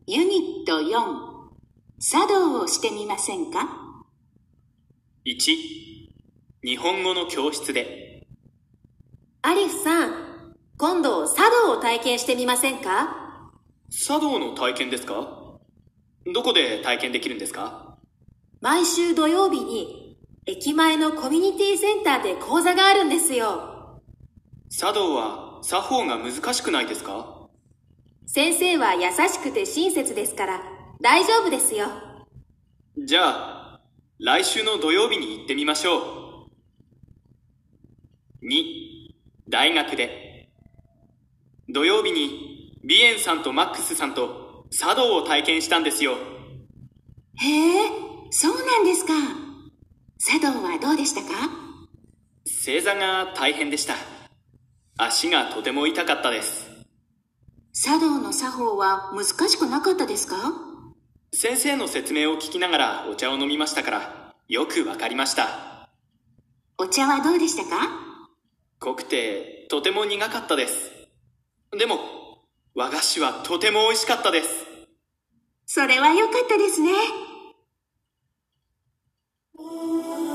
ユニット4、茶道をしてみませんか？ 1、日本語の教室で。 アリフさん、今度茶道を体験してみませんか？ 茶道の体験ですか？どこで体験できるんですか？ 毎週土曜日に駅前のコミュニティセンターで講座があるんですよ。 茶道は作法が難しくないですか？ 先生は優しくて親切ですから大丈夫ですよ。 じゃあ、来週の土曜日に行ってみましょう。2、大学で。土曜日にビエンさんとマックスさんと茶道を体験したんですよ。 へえ、そうなんですか。茶道はどうでしたか？ 正座が大変でした。足がとても痛かったです。 茶道の作法は難しくなかったですか？ 先生の説明を聞きながらお茶を飲みましたから、よくわかりました。 お茶はどうでしたか？ 濃くてとても苦かったです。でも、和菓子はとても美味しかったです。 それは良かったですね。